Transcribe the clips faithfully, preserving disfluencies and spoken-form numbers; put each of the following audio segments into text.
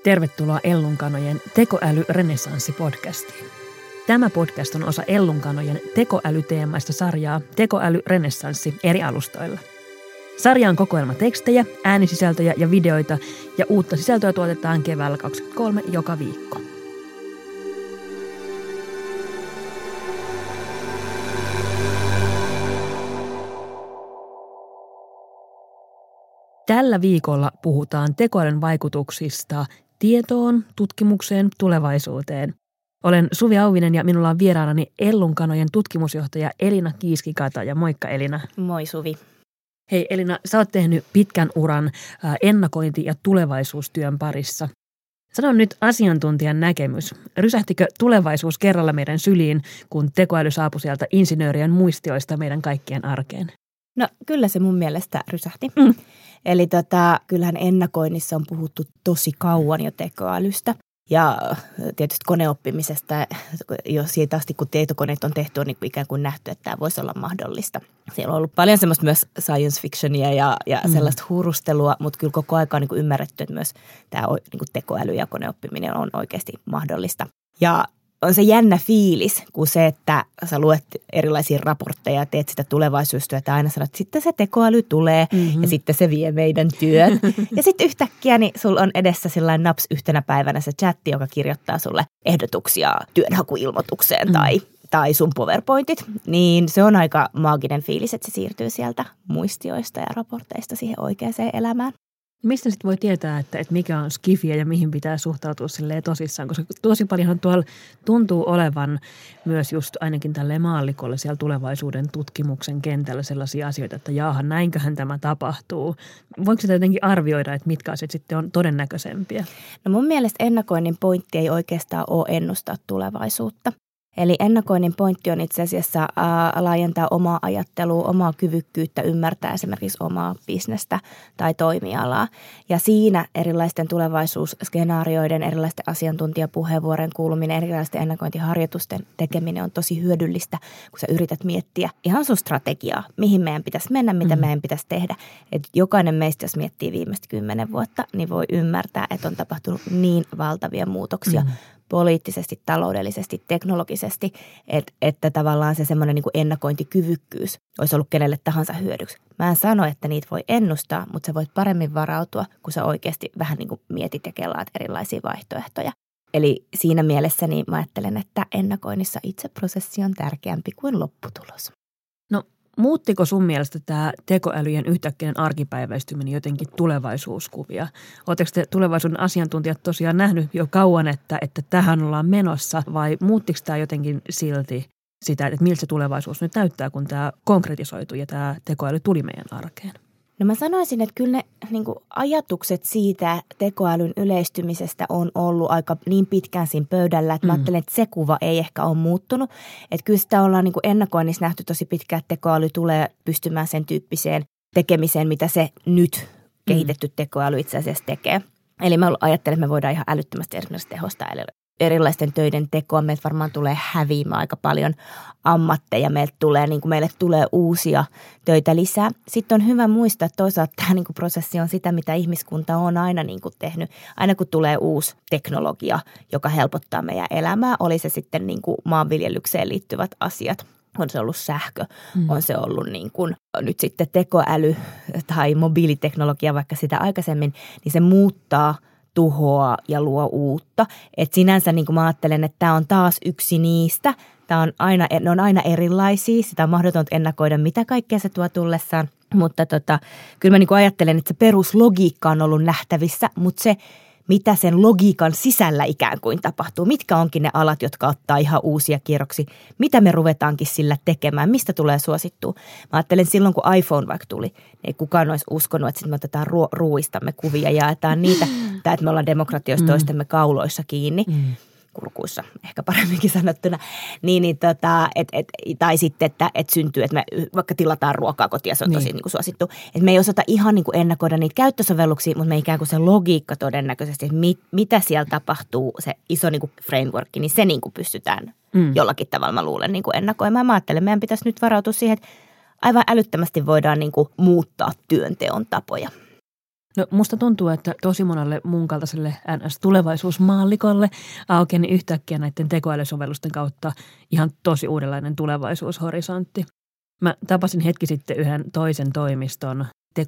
Tervetuloa Ellunkanojen Tekoäly-renessanssi-podcastiin. Tämä podcast on osa Ellunkanojen tekoälyteemaista sarjaa Tekoäly-renessanssi eri alustoilla. Sarja on kokoelma tekstejä, äänisisältöjä ja videoita, ja uutta sisältöä tuotetaan keväällä kaksikymmentäkolme joka viikko. Tällä viikolla puhutaan tekoälyn vaikutuksista tietoon, tutkimukseen, tulevaisuuteen. Olen Suvi Auvinen ja minulla on vieraanani Ellunkanojen tutkimusjohtaja Elina Kiiski-Kataja. Moikka Elina. Moi Suvi. Hei Elina, sä oot tehnyt pitkän uran ennakointi- ja tulevaisuustyön parissa. Sano nyt asiantuntijan näkemys. Rysähtikö tulevaisuus kerralla meidän syliin, kun tekoäly saapui sieltä insinöörien muistioista meidän kaikkien arkeen? No kyllä se mun mielestä rysähti. Mm. Eli tota, kyllähän ennakoinnissa on puhuttu tosi kauan jo tekoälystä ja tietysti koneoppimisesta jo siitä asti, kun tietokoneet on tehty, on niin kuin ikään kuin nähty, että tämä voisi olla mahdollista. Siellä on ollut paljon semmoista myös science fictionia ja, ja mm. sellaista huurustelua, mutta kyllä koko ajan on niin kuin ymmärretty, että myös tämä niin kuin tekoäly ja koneoppiminen on oikeasti mahdollista. Ja on se jännä fiilis, kun se, että sä luet erilaisia raportteja ja teet sitä tulevaisuustyötä ja aina sanot, että sitten se tekoäly tulee mm-hmm. ja sitten se vie meidän työn. Ja sitten yhtäkkiä niin sulla on edessä sellainen naps yhtenä päivänä se chatti, joka kirjoittaa sulle ehdotuksia työnhakuilmoitukseen mm. tai, tai sun PowerPointit. Niin se on aika maaginen fiilis, että se siirtyy sieltä muistioista ja raporteista siihen oikeaan elämään. Mistä sitten voi tietää, että, että mikä on skifiä ja mihin pitää suhtautua silleen tosissaan? Koska tosi paljonhan tuolla tuntuu olevan myös just ainakin tälleen maallikolle siellä tulevaisuuden tutkimuksen kentällä sellaisia asioita, että jaaha, näinköhän tämä tapahtuu. Voiko sitä jotenkin arvioida, että mitkä asiat sitten on todennäköisempiä? No mun mielestä ennakoinnin pointti ei oikeastaan ole ennustaa tulevaisuutta. Eli ennakoinnin pointti on itse asiassa ää, laajentaa omaa ajattelua, omaa kyvykkyyttä ymmärtää esimerkiksi omaa bisnestä tai toimialaa. Ja siinä erilaisten tulevaisuusskenaarioiden, erilaisten asiantuntijapuheenvuorojen kuuluminen, erilaisten ennakointiharjoitusten tekeminen on tosi hyödyllistä, kun sä yrität miettiä ihan sun strategiaa, mihin meidän pitäisi mennä, mitä mm. meidän pitäisi tehdä. Et jokainen meistä, jos miettii viimeistä kymmenen vuotta, niin voi ymmärtää, että on tapahtunut niin valtavia muutoksia mm. poliittisesti, taloudellisesti, teknologisesti, että, että tavallaan se semmoinen niin kuin ennakointikyvykkyys olisi ollut kenelle tahansa hyödyksi. Mä en sano, että niitä voi ennustaa, mutta sä voit paremmin varautua, kun sä oikeasti vähän niin kuin mietit ja kelaat erilaisia vaihtoehtoja. Eli siinä mielessä niin mä ajattelen, että ennakoinnissa itse prosessi on tärkeämpi kuin lopputulos. No muuttiko sun mielestä tämä tekoälyjen yhtäkkiä arkipäiväistyminen jotenkin tulevaisuuskuvia? Oletteko te tulevaisuuden asiantuntijat tosiaan nähnyt jo kauan, että, että tähän ollaan menossa vai muuttiko tämä jotenkin silti sitä, että miltä se tulevaisuus nyt näyttää, kun tämä konkretisoitu ja tämä tekoäly tuli meidän arkeen? No mä sanoisin, että kyllä ne niin kuin ajatukset siitä tekoälyn yleistymisestä on ollut aika niin pitkään siinä pöydällä, että mm. mä ajattelen, että se kuva ei ehkä ole muuttunut. Että kyllä sitä ollaan niin kuin ennakoinnissa nähty tosi pitkään, että tekoäly tulee pystymään sen tyyppiseen tekemiseen, mitä se nyt kehitetty tekoäly itse asiassa tekee. Eli mä ajattelen, että me voidaan ihan älyttömästi esimerkiksi tehostaa erilaisten töiden tekoa. Meiltä varmaan tulee häviämään aika paljon ammatteja. Meiltä tulee, niin kuin meille tulee uusia töitä lisää. Sitten on hyvä muistaa, että toisaalta tämä niin kuin prosessi on sitä, mitä ihmiskunta on aina niin kuin tehnyt. Aina kun tulee uusi teknologia, joka helpottaa meidän elämää, oli se sitten niin kuin maanviljelykseen liittyvät asiat. On se ollut sähkö, mm. on se ollut niin kuin nyt sitten tekoäly tai mobiiliteknologia vaikka sitä aikaisemmin, niin se muuttaa tuhoa ja luo uutta. Et sinänsä niin kuin mä ajattelen, että tämä on taas yksi niistä. Tää on aina, ne on aina erilaisia. Sitä on mahdotonta ennakoida, mitä kaikkea se tuo tullessaan. Mutta tota, kyllä mä niin kuin ajattelen, että se peruslogiikka on ollut nähtävissä, mutta se, mitä sen logiikan sisällä ikään kuin tapahtuu, mitkä onkin ne alat, jotka ottaa ihan uusia kierroksia, mitä me ruvetaankin sillä tekemään, mistä tulee suosittua. Mä ajattelen silloin, kun iPhone vaikka tuli, niin ei kukaan olisi uskonut, että sitten me otetaan ruo- ruuistamme kuvia ja jaetaan niitä, tai että me ollaan demokratioissa toistemme kauloissa kiinni. Mm. kurkuissa, ehkä paremminkin sanottuna, niin, niin tota, et, et, tai sitten, että et syntyy, että me vaikka tilataan ruokaa kotiin ja se on niin. tosi niin kuin suosittu. Että me ei osata ihan niin kuin ennakoida niitä käyttösovelluksia, mutta me ikään kuin se logiikka todennäköisesti, että mit, mitä siellä tapahtuu, se iso niin kuin framework, niin se niin kuin pystytään mm. jollakin tavalla, mä luulen, niin kuin ennakoimaan. Mä ajattelen, meidän pitäisi nyt varautua siihen, että aivan älyttömästi voidaan niin kuin muuttaa työnteon tapoja. No musta tuntuu, että tosi monelle mun kaltaiselle N S-tulevaisuusmaallikolle aukeni yhtäkkiä näiden tekoälysovellusten kautta ihan tosi uudenlainen tulevaisuushorisontti. Mä tapasin hetki sitten yhden toisen toimiston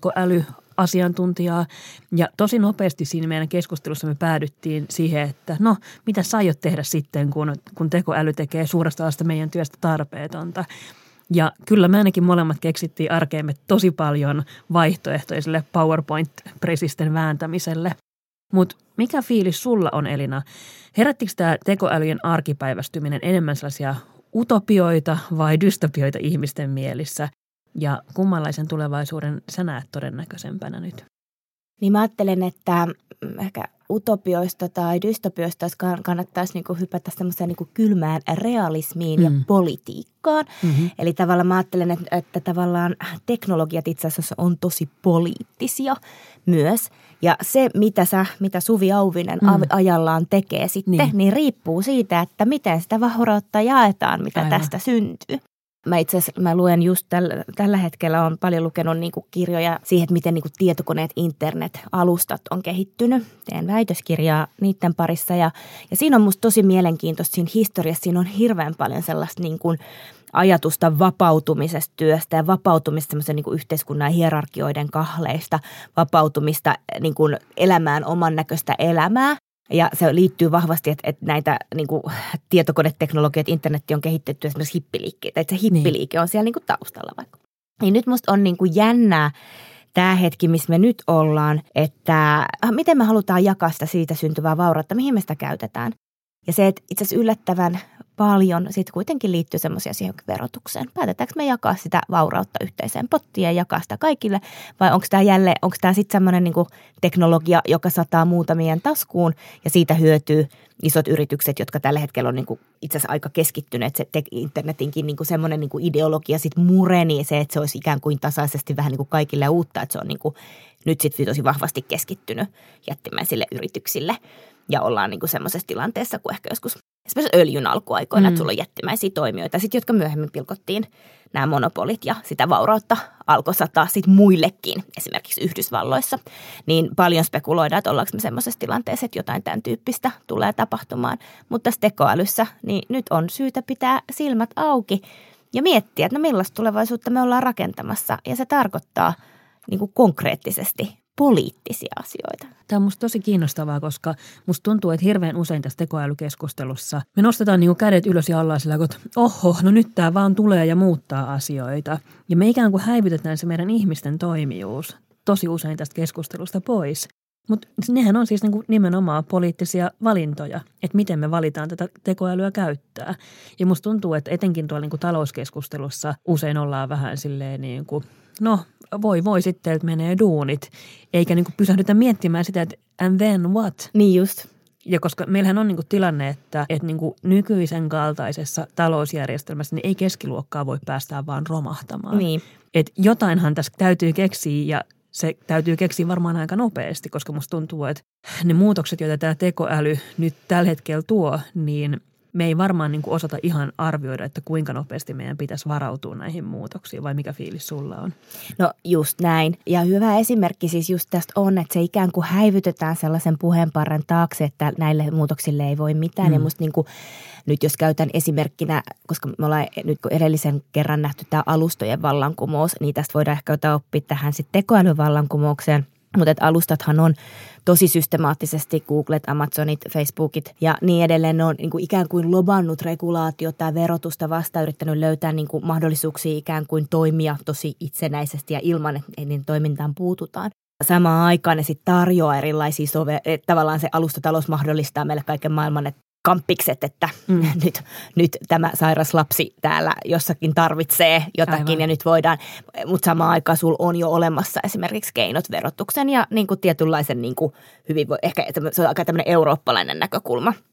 tekoälyasiantuntijaa ja tosi nopeasti siinä meidän keskustelussa me päädyttiin siihen, että no mitä sä aiot tehdä sitten, kun, kun tekoäly tekee suuresta alasta meidän työstä tarpeetonta. Ja kyllä me ainakin molemmat keksittiin arkeemme tosi paljon vaihtoehtoiselle PowerPoint-presisten vääntämiselle. Mutta mikä fiilis sulla on, Elina? Herättikö tämä tekoälyjen arkipäivästyminen enemmän sellaisia utopioita vai dystopioita ihmisten mielissä? Ja kummanlaisen tulevaisuuden sä näet todennäköisempänä nyt? Niin mä ajattelen, että ehkä utopioista tai dystopioista kannattaisi niinku hypätä semmoiseen niinku kylmään realismiin mm. ja politiikkaan. Mm-hmm. Eli tavallaan mä ajattelen, että, että tavallaan teknologiat itse asiassa on tosi poliittisia myös. Ja se, mitä, sä, mitä Suvi Auvinen mm. ajallaan tekee sitten, niin. niin riippuu siitä, että miten sitä vaurautta jaetaan, mitä Aivan. tästä syntyy. Mä itse asiassa mä luen just tällä, tällä hetkellä, on paljon lukenut niinku kirjoja siihen, että miten niinku tietokoneet, internet-alustat on kehittynyt. Teen väitöskirjaa niiden parissa ja, ja siinä on musta tosi mielenkiintoista siinä historiassa. Siinä on hirveän paljon sellaista niinku ajatusta vapautumisesta työstä ja vapautumista semmoisen niinku yhteiskunnan hierarkioiden kahleista, vapautumista niinku elämään oman näköistä elämää. Ja se liittyy vahvasti, että, että näitä niin kuin, tietokoneteknologioita, internetti on kehitetty esimerkiksi hippiliikkeitä, että se hippiliike on siellä niin kuin taustalla vaikka. Niin nyt musta on niin kuin jännää tämä hetki, missä me nyt ollaan, että miten me halutaan jakaa sitä siitä syntyvää vaurautta, mihin me sitä käytetään. Ja se, että itse asiassa yllättävän paljon sitten kuitenkin liittyy semmoisia siihen verotukseen. Päätetäänkö me jakaa sitä vaurautta yhteiseen pottiin ja jakaa sitä kaikille? Vai onko tämä jälleen, onko tämä sitten semmoinen niinku teknologia, joka sataa muutamien taskuun ja siitä hyötyy isot yritykset, jotka tällä hetkellä on niinku itse asiassa aika keskittyneet. Se te- internetinkin niinku semmoinen niinku ideologia sitten mureni se, että se olisi ikään kuin tasaisesti vähän niinku kaikille uutta, että se on niinku nyt sitten tosi vahvasti keskittynyt jättimäisille yrityksille. Ja ollaan niinku semmoisessa tilanteessa kuin ehkä joskus esimerkiksi öljyn alkuaikoina, mm. että sulla on jättimäisiä toimijoita, sit, jotka myöhemmin pilkottiin nämä monopolit ja sitä vaurautta alkoi sataa sit muillekin, esimerkiksi Yhdysvalloissa. Niin paljon spekuloidaan, että ollaanko me semmoisessa tilanteessa, että jotain tämän tyyppistä tulee tapahtumaan. Mutta tässä tekoälyssä, niin nyt on syytä pitää silmät auki ja miettiä, että no millaista tulevaisuutta me ollaan rakentamassa. Ja se tarkoittaa niin kuin konkreettisesti poliittisia asioita. Tämä on musta tosi kiinnostavaa, koska musta tuntuu, että hirveän usein tässä tekoälykeskustelussa me nostetaan niinku kädet ylös ja ollaan sillä, että oho, no nyt tämä vaan tulee ja muuttaa asioita. Ja me ikään kuin häivytetään se meidän ihmisten toimijuus tosi usein tästä keskustelusta pois. Mutta nehän on siis niinku nimenomaan poliittisia valintoja, että miten me valitaan tätä tekoälyä käyttää. Ja musta tuntuu, että etenkin tuolla niinku talouskeskustelussa usein ollaan vähän silleen niin kuin, no voi voi sitten, että menee duunit, eikä niinku pysähdytä miettimään sitä, että and then what? Niin just. Ja koska meillähän on niinku tilanne, että, että niinku nykyisen kaltaisessa talousjärjestelmässä niin ei keskiluokkaa voi päästää vaan romahtamaan. Niin. Että jotainhan tässä täytyy keksiä ja se täytyy keksiä varmaan aika nopeasti, koska musta tuntuu, että ne muutokset, joita tämä tekoäly nyt tällä hetkellä tuo, niin me ei varmaan niin kuin osata ihan arvioida, että kuinka nopeasti meidän pitäisi varautua näihin muutoksiin, vai mikä fiilis sulla on? No just näin. Ja hyvä esimerkki siis just tästä on, että se ikään kuin häivytetään sellaisen puheenparren taakse, että näille muutoksille ei voi mitään. Mm. Ja musta niin kuin, nyt jos käytän esimerkkinä, koska me ollaan nyt kun edellisen kerran nähty tämä alustojen vallankumous, niin tästä voidaan ehkä ottaa oppia tähän sitten tekoälyvallankumoukseen. Mutta alustathan on tosi systemaattisesti, Googlet, Amazonit, Facebookit ja niin edelleen. Ne on niin kuin ikään kuin lobannut regulaatiota ja verotusta vastaan, yrittänyt löytää niin kuin mahdollisuuksia ikään kuin toimia tosi itsenäisesti ja ilman, että niiden toimintaan puututaan. Samaan aikaan ne sitten tarjoaa erilaisia sove- tavallaan se alustatalous mahdollistaa meille kaiken maailman, että kamppikset, että mm. nyt, nyt tämä sairas lapsi täällä jossakin tarvitsee jotakin Aivan. ja nyt voidaan, mutta samaan aikaan sulla on jo olemassa esimerkiksi keinot verotuksen ja niin kuin tietynlaisen niin kuin hyvinvo- ehkä se on aika tämmöinen eurooppalainen näkökulma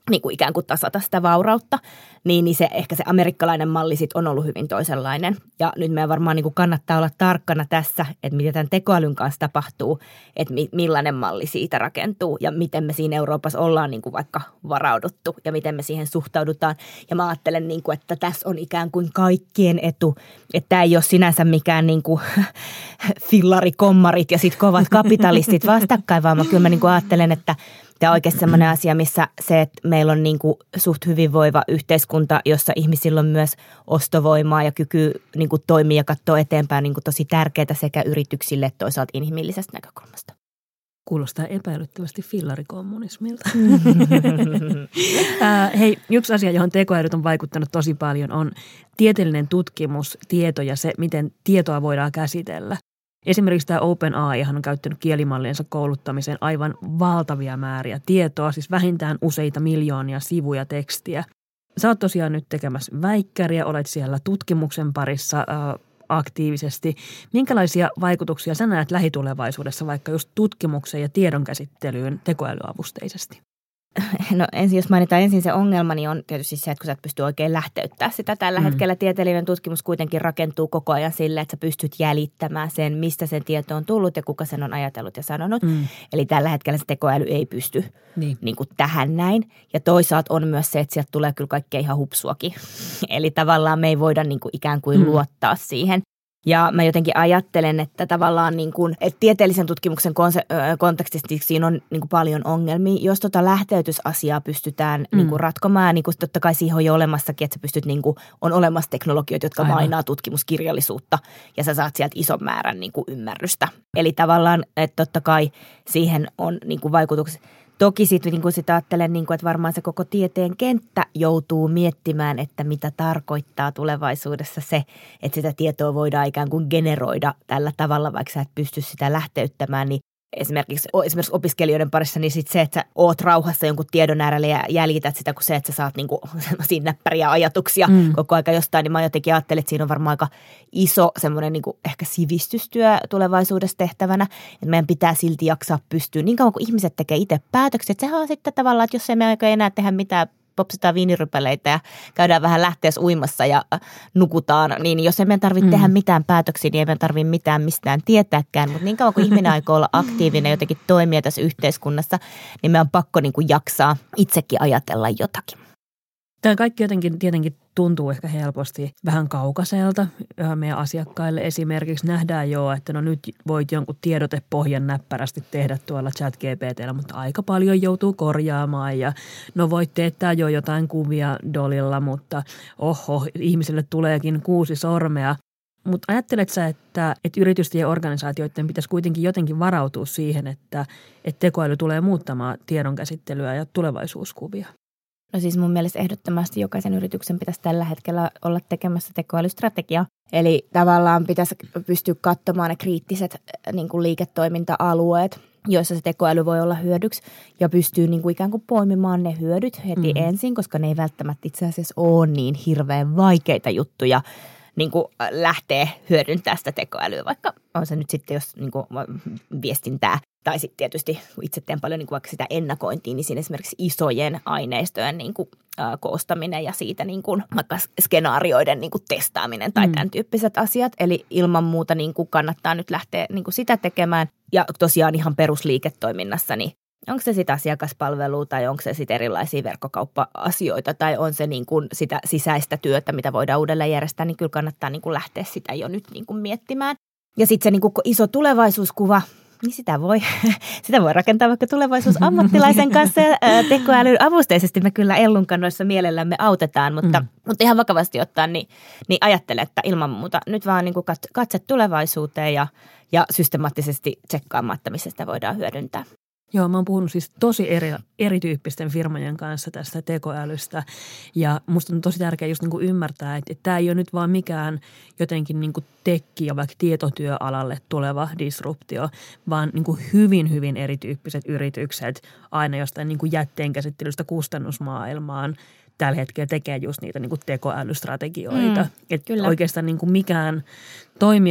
niin kuin ikään kuin tasata sitä vaurautta, niin, niin se, ehkä se amerikkalainen malli sit on ollut hyvin toisenlainen. Ja nyt meidän varmaan niin kuin kannattaa olla tarkkana tässä, että mitä tämän tekoälyn kanssa tapahtuu, että mi, millainen malli siitä rakentuu ja miten me siinä Euroopassa ollaan niin kuin vaikka varauduttu ja miten me siihen suhtaudutaan. Ja mä ajattelen, niin kuin, että tässä on ikään kuin kaikkien etu, että tämä ei ole sinänsä mikään niin kuin fillarikommarit ja sitten kovat kapitalistit vastakkain, vaan mä kyllä mä niin kuin ajattelen, että tämä on oikeasti sellainen asia, missä se, että meillä on niin kuin suht hyvinvoiva yhteiskunta, jossa ihmisillä on myös ostovoimaa ja kyky niin kuin toimia ja katsoa eteenpäin niin kuin tosi tärkeää sekä yrityksille että toisaalta inhimillisestä näkökulmasta. Kuulostaa epäilyttävästi fillarikommunismilta. Hei, yksi asia, johon tekoälyt on vaikuttanut tosi paljon, on tieteellinen tutkimus, tieto ja se, miten tietoa voidaan käsitellä. Esimerkiksi tämä OpenAIhan on käyttänyt kielimalliensa kouluttamiseen aivan valtavia määriä tietoa, siis vähintään useita miljoonia sivuja tekstiä. Sä oot tosiaan nyt tekemässä väikkäriä, olet siellä tutkimuksen parissa äh, aktiivisesti. Minkälaisia vaikutuksia sä näet lähitulevaisuudessa vaikka just tutkimukseen ja tiedonkäsittelyyn tekoälyavusteisesti? No ensin, jos mainitaan ensin se ongelma, niin on tietysti se, että kun sä et pysty oikein lähteyttää sitä. Tällä mm. hetkellä tieteellinen tutkimus kuitenkin rakentuu koko ajan sille, että sä pystyt jäljittämään sen, mistä sen tieto on tullut ja kuka sen on ajatellut ja sanonut. Mm. Eli tällä hetkellä se tekoäly ei pysty niin. Niin kuin tähän näin. Ja toisaalta on myös se, että sieltä tulee kyllä kaikkea ihan hupsuakin. Eli tavallaan me ei voida niin kuin ikään kuin mm. luottaa siihen. Ja mä jotenkin ajattelen, että tavallaan niin kuin, että tieteellisen tutkimuksen kontekstissa siinä on niin kuin paljon ongelmia. Jos tota lähteytysasiaa pystytään mm. niin kuin ratkomaan, niin kuin totta kai siihen on jo olemassakin, että sä pystyt, niin kuin, on olemassa teknologioita, jotka Aivan. mainaa tutkimuskirjallisuutta ja sä saat sieltä ison määrän niin kuin ymmärrystä. Eli tavallaan, että totta kai siihen on niin kuin vaikutuksia. Toki sitten niin sitä ajattelen, niin kuin, että varmaan se koko tieteen kenttä joutuu miettimään, että mitä tarkoittaa tulevaisuudessa se, että sitä tietoa voidaan ikään kuin generoida tällä tavalla, vaikka sä et pysty sitä lähteyttämään, niin Esimerkiksi, esimerkiksi opiskelijoiden parissa, niin sit se, että sä oot rauhassa jonkun tiedon äärellä ja jäljität sitä, kun se, että sä saat niinku sellaisia näppäriä ajatuksia mm. koko aika jostain, niin mä jotenkin ajattelen, että siinä on varmaan aika iso semmoinen niinku ehkä sivistystyö tulevaisuudessa tehtävänä, että meidän pitää silti jaksaa pystyä niin kauan, kun ihmiset tekee itse päätökset. Sehän on sitten tavallaan, että jos ei me oikein enää tehdä mitään, popsitaan viinirypäleitä ja käydään vähän lähteessä uimassa ja nukutaan, niin jos ei meidän tarvitse mm. tehdä mitään päätöksiä, niin ei meidän tarvitse mitään mistään tietääkään. Mutta niin kauan kuin ihminen aikoo olla aktiivinen ja jotenkin toimia tässä yhteiskunnassa, niin meidän on pakko niin kuin jaksaa itsekin ajatella jotakin. Tämä kaikki jotenkin tietenkin tuntuu ehkä helposti vähän kaukaiselta meidän asiakkaille. Esimerkiksi nähdään jo, että no nyt voit jonkun tiedotepohjan näppärästi tehdä tuolla ChatGPT:llä, mutta aika paljon joutuu korjaamaan ja no voit teettää jo jotain kuvia dolilla, mutta oho, ihmisille tuleekin kuusi sormea. Mutta ajattelet sä, että, että yritysten ja organisaatioiden pitäisi kuitenkin jotenkin varautua siihen, että, että tekoäly tulee muuttamaan tiedonkäsittelyä ja tulevaisuuskuvia? No siis mun mielestä ehdottomasti jokaisen yrityksen pitäisi tällä hetkellä olla tekemässä tekoälystrategiaa. Eli tavallaan pitäisi pystyä katsomaan ne kriittiset niin kuin liiketoiminta-alueet, joissa se tekoäly voi olla hyödyksi ja pystyy niin kuin ikään kuin poimimaan ne hyödyt heti mm. ensin, koska ne ei välttämättä itse asiassa ole niin hirveän vaikeita juttuja niin kuin lähtee hyödyntämään sitä tekoälyä, vaikka on se nyt sitten, jos niin kuin viestintää. Tai sitten tietysti, kun itse teen paljon niin kuin vaikka sitä ennakointia, niin siinä esimerkiksi isojen aineistojen niin kuin, ä, koostaminen ja siitä niin kuin, vaikka skenaarioiden niin kuin testaaminen tai mm. tämän tyyppiset asiat. Eli ilman muuta niin kuin kannattaa nyt lähteä niin kuin sitä tekemään. Ja tosiaan ihan perusliiketoiminnassa, niin onko se sitä asiakaspalvelua tai onko se sitten erilaisia verkkokauppa-asioita tai on se niin kuin sitä sisäistä työtä, mitä voidaan uudelleen järjestää, niin kyllä kannattaa niin kuin lähteä sitä jo nyt niin kuin miettimään. Ja sitten se niin kuin iso tulevaisuuskuva, niin sitä voi, sitä voi rakentaa vaikka tulevaisuusammattilaisen kanssa ja tekoälyn avusteisesti me kyllä Ellun kannoissa mielellämme autetaan, mutta, mm. mutta ihan vakavasti ottaen niin, niin ajattelen, että ilman muuta nyt vaan niin kuin katse tulevaisuuteen ja, ja systemaattisesti tsekkaamaan, että missä sitä voidaan hyödyntää. Joo, mä oon puhunut siis tosi eri, erityyppisten firmojen kanssa tästä tekoälystä ja musta on tosi tärkeää just niin kuin ymmärtää, että, että tämä ei ole nyt vaan mikään jotenkin niin kuin tekki- ja vaikka tietotyöalalle tuleva disruptio, vaan niin kuin hyvin, hyvin erityyppiset yritykset aina jostain niin kuin jätteenkäsittelystä kustannusmaailmaan tällä hetkellä tekee just niitä niin kuin tekoälystrategioita. Mm, että oikeastaan niin kuin mikään toimiala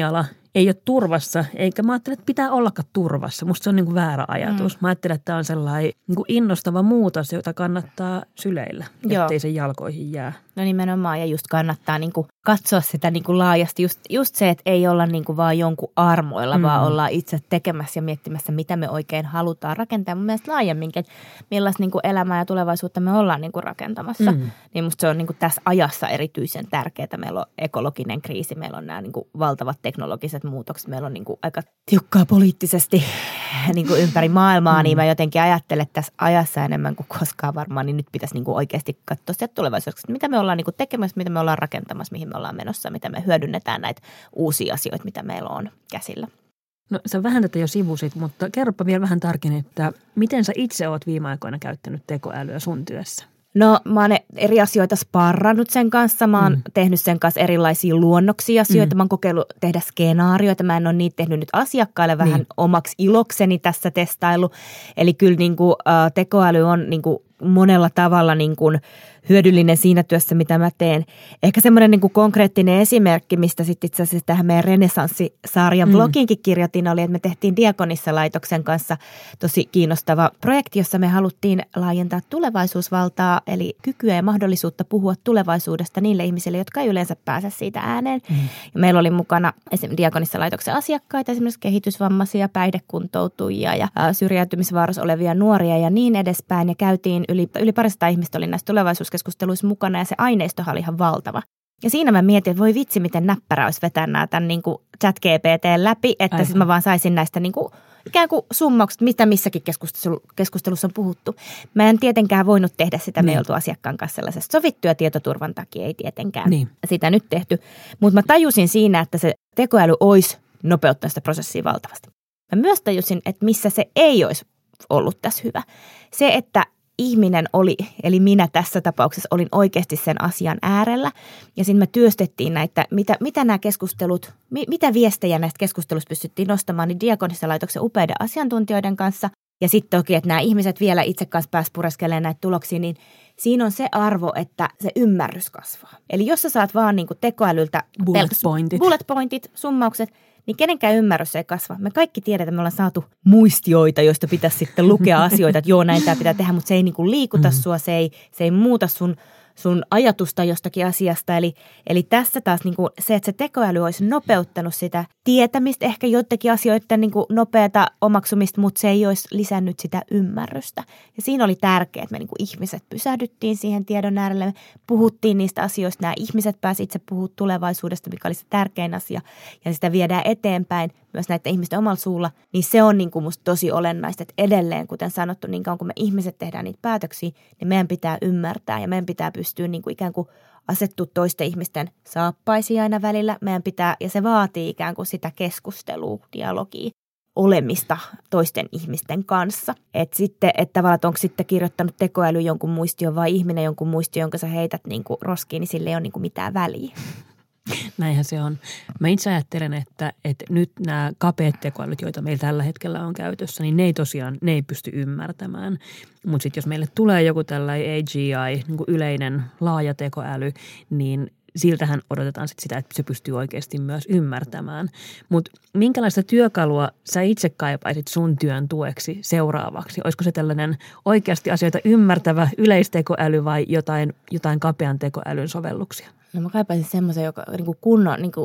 ei ole turvassa, eikä mä ajattelen, että pitää ollakaan turvassa. Musta se on niin kuin väärä ajatus. Mm. Mä ajattelen, että tämä on sellainen niin kuin innostava muutos, jota kannattaa syleillä, Joo. ettei sen jalkoihin jää. No nimenomaan, ja just kannattaa niin kuin katsoa sitä niin kuin laajasti. Just, just se, että ei olla niin kuin vaan jonkun armoilla, mm. vaan ollaan itse tekemässä ja miettimässä, mitä me oikein halutaan rakentaa. Mun mielestä laajemminkin, millaista niin kuin elämää ja tulevaisuutta me ollaan niin kuin rakentamassa. Mm. Niin musta se on niin kuin tässä ajassa erityisen tärkeää. Meillä on ekologinen kriisi, meillä on nämä niin kuin valtavat teknologiset muutokset, meillä on niin kuin aika tiukkaa poliittisesti niin kuin ympäri maailmaa, mm. niin mä jotenkin ajattelen, että tässä ajassa enemmän kuin koskaan varmaan, niin nyt pitäisi niin kuin oikeasti katsoa sieltä tulevaisuudessa, mitä me ollaan niin kuin tekemässä, mitä me ollaan rakentamassa, mihin me ollaan menossa, mitä me hyödynnetään näitä uusia asioita, mitä meillä on käsillä. No sä vähän tätä jo sivusit, mutta kerropa vielä vähän tarkemmin, että miten sä itse oot viime aikoina käyttänyt tekoälyä sun työssä? No mä oon eri asioita sparrannut sen kanssa. Mä oon mm. tehnyt sen kanssa erilaisia luonnoksia asioita. Mm. Mä oon kokeillut tehdä skenaarioita. Mä en ole niitä tehnyt nyt asiakkaille vähän niin. omaksi ilokseni tässä testailu. Eli kyllä niin kuin, äh, tekoäly on niin kuin monella tavalla niin kuin hyödyllinen siinä työssä, mitä mä teen. Ehkä semmoinen niin kuin konkreettinen esimerkki, mistä sitten itse asiassa tähän meidän Renesanssi-sarjan mm. blogiinkin kirjoitin, oli, että me tehtiin Diakonissa-laitoksen kanssa tosi kiinnostava projekti, jossa me haluttiin laajentaa tulevaisuusvaltaa, eli kykyä ja mahdollisuutta puhua tulevaisuudesta niille ihmisille, jotka ei yleensä pääse siitä ääneen. Mm. Ja meillä oli mukana esimerkiksi Diakonissa-laitoksen asiakkaita, esimerkiksi kehitysvammaisia, päihdekuntoutujia ja syrjäytymisvaarassa olevia nuoria ja niin edespäin. Ja käytiin yli, yli parisataa ihmistä oli näissä tulevaisuuskeskusteluissa mukana ja se aineistohan oli ihan valtava. Ja siinä mä mietin, että voi vitsi, miten näppärä olisi vetää tämän niin kuin chat G P T läpi, että sitten mä vaan saisin näistä niin kuin, ikään kuin summaukset, mitä missäkin keskustelu, keskustelussa on puhuttu. Mä en tietenkään voinut tehdä sitä, me ei oltu asiakkaan kanssa sellaisesta sovittuja tietoturvan takia, ei tietenkään niin. sitä nyt tehty. Mutta mä tajusin siinä, että se tekoäly olisi nopeuttanut sitä prosessia valtavasti. Mä myös tajusin, että missä se ei olisi ollut tässä hyvä. Se, että ihminen oli, eli minä tässä tapauksessa olin oikeasti sen asian äärellä ja sitten me työstettiin näitä, mitä, mitä nämä keskustelut, mi, mitä viestejä näistä keskustelusta pystyttiin nostamaan, niin Diakonissa-laitoksen upeiden asiantuntijoiden kanssa ja sitten toki, että nämä ihmiset vielä itse kanssa pääsivät pureskelemaan näitä tuloksia, niin siinä on se arvo, että se ymmärrys kasvaa. Eli jos sä saat vaan niin kuin tekoälyltä bullet pointit. bullet pointit, summaukset, niin kenenkään ymmärrys ei kasva. Me kaikki tiedetään, että me ollaan saatu muistioita, joista pitäisi sitten lukea asioita, että joo, näin tämä pitää tehdä, mutta se ei niin kuin liikuta mm-hmm. sua, se ei, se ei muuta sun, sun ajatusta jostakin asiasta. Eli, eli tässä taas niin kuin se, että se tekoäly olisi nopeuttanut sitä tietämistä, ehkä joidenkin asioiden niin kuin nopeata omaksumista, mutta se ei olisi lisännyt sitä ymmärrystä. Ja siinä oli tärkeää, että me niin kuin ihmiset pysähdyttiin siihen tiedon äärelle, me puhuttiin niistä asioista, nämä ihmiset pääsivät itse puhumaan tulevaisuudesta, mikä oli se tärkein asia, ja sitä viedään eteenpäin myös näiden ihmisten omalla suulla, niin se on niin kuin musta tosi olennaista, että edelleen, kuten sanottu, niin kauan kun me ihmiset tehdään niitä päätöksiä, niin meidän pitää ymmärtää ja meidän pitää pystyä niin kuin ikään kuin asettua toisten ihmisten saappaisiin aina välillä. Meidän pitää, ja se vaatii ikään kuin sitä keskustelua, dialogia, olemista toisten ihmisten kanssa. Että sitten, että tavallaan, että onko sitten kirjoittanut tekoäly jonkun muistion vai ihminen jonkun muistion, jonka sä heität niin kuin roskiin, niin sille ei ole niin kuin mitään väliä. Näinhän se on. Mä itse ajattelen, että, että nyt nämä kapeat tekoälyt, joita meillä tällä hetkellä on käytössä, niin ne ei tosiaan, ne ei pysty ymmärtämään. Mutta sitten jos meille tulee joku tällainen A G I, niin kuin yleinen laaja tekoäly, niin siltähän odotetaan sit sitä, että se pystyy oikeasti myös ymmärtämään. Mutta minkälaista työkalua sä itse kaipaisit sun työn tueksi seuraavaksi? Olisiko se tällainen oikeasti asioita ymmärtävä yleistekoäly vai jotain, jotain kapean tekoälyn sovelluksia? No mä kaipaisin semmoisen, joka niin kuin kunnon niin kuin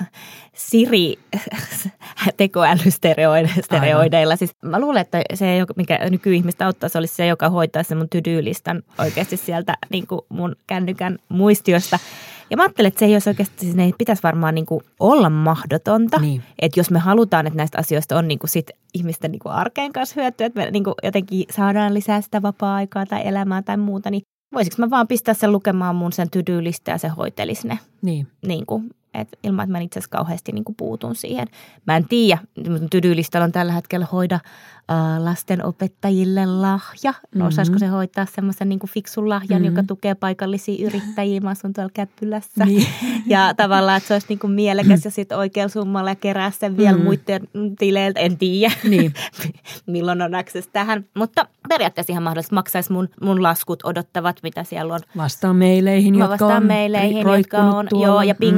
Siri-tekoälystereoideilla. Siis mä luulen, että se, mikä nykyihmistä auttaisi, olisi se, joka hoitaisi sen mun to-do-listan oikeasti sieltä niin kuin mun kännykän muistiosta. Ja mä ajattelen, että se ei olisi oikeasti, siis ne pitäisi varmaan niin kuin olla mahdotonta. Niin. Että jos me halutaan, että näistä asioista on niin kuin sit ihmisten niin kuin arkeen kanssa hyötyä, että me niin kuin jotenkin saadaan lisää sitä vapaa-aikaa tai elämää tai muuta, niin voisiko mä vaan pistää sen lukemaan mun sen to-do-lista ja se hoitelisi ne. Niin. Niin kuin, et ilman, että mä itse asiassa kauheasti niin kuin puutun siihen. Mä en tiedä, mutta to-do-listalla on tällä hetkellä hoida äh, lasten opettajille lahja. No mm-hmm. osaisiko se hoitaa semmoisen niin kuin fiksun lahjan, mm-hmm. joka tukee paikallisia yrittäjiä. Mä asun tuolla Käppylässä. Niin. Ja tavallaan, että se olisi niin kuin mielekäs ja sitten oikealla summalla ja kerää sen vielä mm-hmm. muiden tileiltä. En tiedä, niin. milloin on access tähän. Mutta periaatteessa ihan mahdollisesti maksaisi mun, mun laskut odottavat, mitä siellä on. Vastaan meileihin, jotka vastaan on meileihin, jotka on, joo, ja pingaisi mm. mua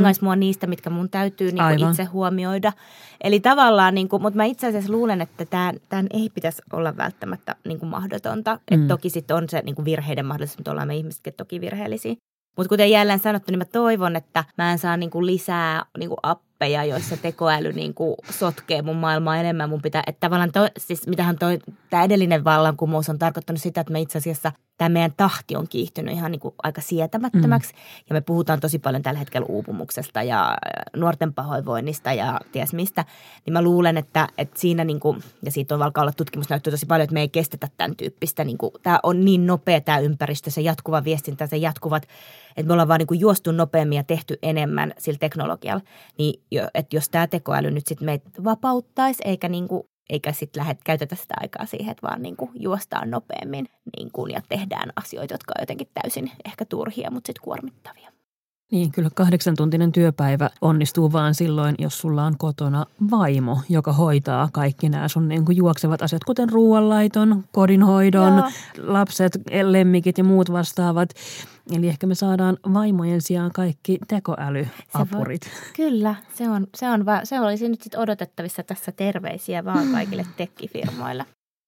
niistä, mitkä mun täytyy niin kuin itse huomioida. Eli tavallaan, niin kuin, mutta mä itse asiassa luulen, että tämän, tämän ei pitäisi olla välttämättä niin kuin mahdotonta. Mm. Että toki sitten on se niin kuin virheiden mahdollisuus, mutta ollaan me ihmisetkin toki virheellisiä. Mutta kuten jälleen sanottu, niin mä toivon, että mä en saa niin kuin lisää niin kuin appeja, joissa tekoäly niin kuin sotkee mun maailmaa enemmän. Mun pitää, että tavallaan toi, siis mitähän toi, tämä edellinen vallankumous on tarkoittanut sitä, että me itse asiassa tämä meidän tahti on kiihtynyt ihan niin kuin aika sietämättömäksi. Mm. Ja me puhutaan tosi paljon tällä hetkellä uupumuksesta ja nuorten pahoinvoinnista ja ties mistä. Niin mä luulen, että, että siinä niin kuin, ja siitä on alkaa olla tutkimusnäyttöä tosi paljon, että me ei kestetä tämän tyyppistä. Niin kuin, tämä on niin nopea tämä ympäristö, se jatkuva viestintä, se jatkuvat, että me ollaan vaan niin kuin juostu nopeammin ja tehty enemmän sillä teknologialla. Niin että jos tämä tekoäly nyt sitten meitä vapauttaisi, eikä niin kuin eikä sitten lähde käytetä sitä aikaa siihen, että vaan niin kuin juostaan nopeammin niin kuin, ja tehdään asioita, jotka on jotenkin täysin ehkä turhia, mutta sitten kuormittavia. Niin, kyllä kahdeksantuntinen työpäivä onnistuu vaan silloin, jos sulla on kotona vaimo, joka hoitaa kaikki nämä sun niin kuin juoksevat asiat, kuten ruoanlaiton, kodinhoidon, Joo. lapset, lemmikit ja muut vastaavat. Eli ehkä me saadaan vaimojen sijaan kaikki tekoälyapurit. Se voi, kyllä, se, on, se, on, se olisi nyt sitten odotettavissa tässä terveisiä vaan kaikille tekkifirmoille.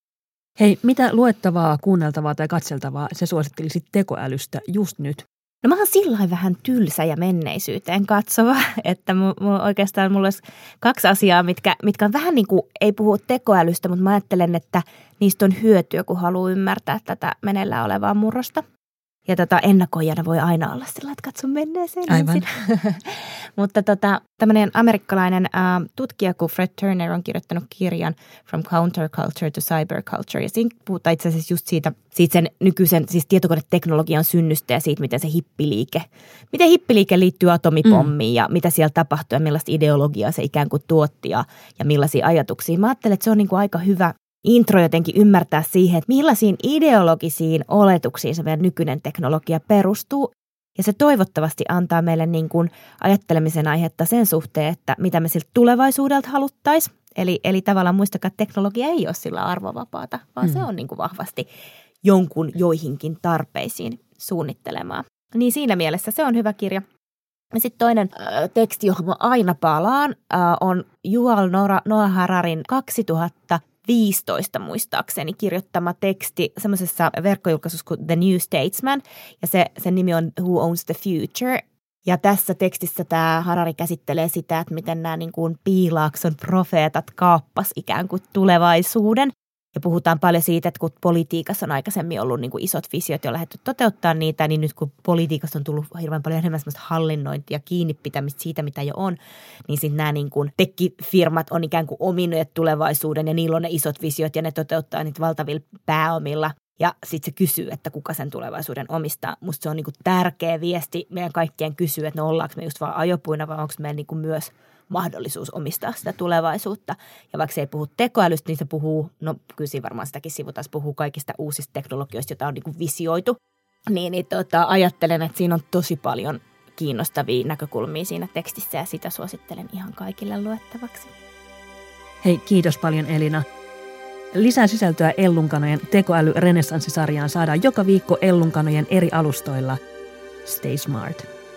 Hei, mitä luettavaa, kuunneltavaa tai katseltavaa se suosittelisit tekoälystä just nyt? No mä oon sillain vähän tylsä ja menneisyyteen katsova, että mu, mu, oikeastaan mulla olisi kaksi asiaa, mitkä, mitkä on vähän niin kuin, ei puhu tekoälystä, mutta mä ajattelen, että niistä on hyötyä, kun haluaa ymmärtää tätä meneillään olevaa murrosta. Ja tota, ennakoijana voi aina olla sillä, että katso menneeseen. Aivan. Mutta tota, tämmöinen amerikkalainen ä, tutkija kuin Fred Turner on kirjoittanut kirjan From Counterculture to Cyberculture. Ja siinä puhutaan itse asiassa just siitä, siitä sen nykyisen siis tietokoneteknologian synnystä ja siitä, miten se hippiliike, miten hippiliike liittyy atomipommiin mm. ja mitä siellä tapahtuu ja millaista ideologiaa se ikään kuin tuotti ja, ja millaisia ajatuksia. Mä ajattelen, että se on niin kuin aika hyvä intro jotenkin ymmärtää siihen, että millaisiin ideologisiin oletuksiin se meidän nykyinen teknologia perustuu. Ja se toivottavasti antaa meille niin kuin ajattelemisen aihetta sen suhteen, että mitä me siltä tulevaisuudelta haluttaisiin. Eli, eli tavallaan muistakaa, että teknologia ei ole sillä arvovapaata, vaan mm. se on niin kuin vahvasti jonkun joihinkin tarpeisiin suunnittelemaan. Niin siinä mielessä se on hyvä kirja. Ja sitten toinen äh, teksti, johon mä aina palaan, äh, on Yuval Noah Hararin kaksituhattaviisitoista muistaakseni kirjoittama teksti semmoisessa verkkojulkaisussa kuin The New Statesman, ja se, sen nimi on Who Owns the Future. Ja tässä tekstissä tämä Harari käsittelee sitä, että miten nämä niin kuin Piilaakson profeetat kaappas ikään kuin tulevaisuuden. Ja puhutaan paljon siitä, että kun politiikassa on aikaisemmin ollut niin kuin isot visiot ja on lähdetty toteuttaa niitä, niin nyt kun politiikasta on tullut hirveän paljon enemmän sellaista hallinnointia ja kiinnipitämistä siitä, mitä jo on, niin sitten nämä niin kuin tekkifirmat on ikään kuin omineet tulevaisuuden ja niillä on ne isot visiot ja ne toteuttaa niitä valtavilla pääomilla. Ja sitten se kysyy, että kuka sen tulevaisuuden omistaa. Musta se on niin kuin tärkeä viesti meidän kaikkien kysyä, että no ollaanko me just vaan ajopuina vai onko meillä niin kuin myös mahdollisuus omistaa sitä tulevaisuutta. Ja vaikka se ei puhu tekoälystä, niin se puhuu, no kyllä siinä varmaan sitäkin sivutaan, se puhuu kaikista uusista teknologioista, joita on niin kuin visioitu. Niin, niin tota, ajattelen, että siinä on tosi paljon kiinnostavia näkökulmia siinä tekstissä ja sitä suosittelen ihan kaikille luettavaksi. Hei, kiitos paljon Elina. Lisää sisältöä Ellunkanojen tekoäly-renessanssisarjaan saadaan joka viikko Ellunkanojen eri alustoilla. Stay smart.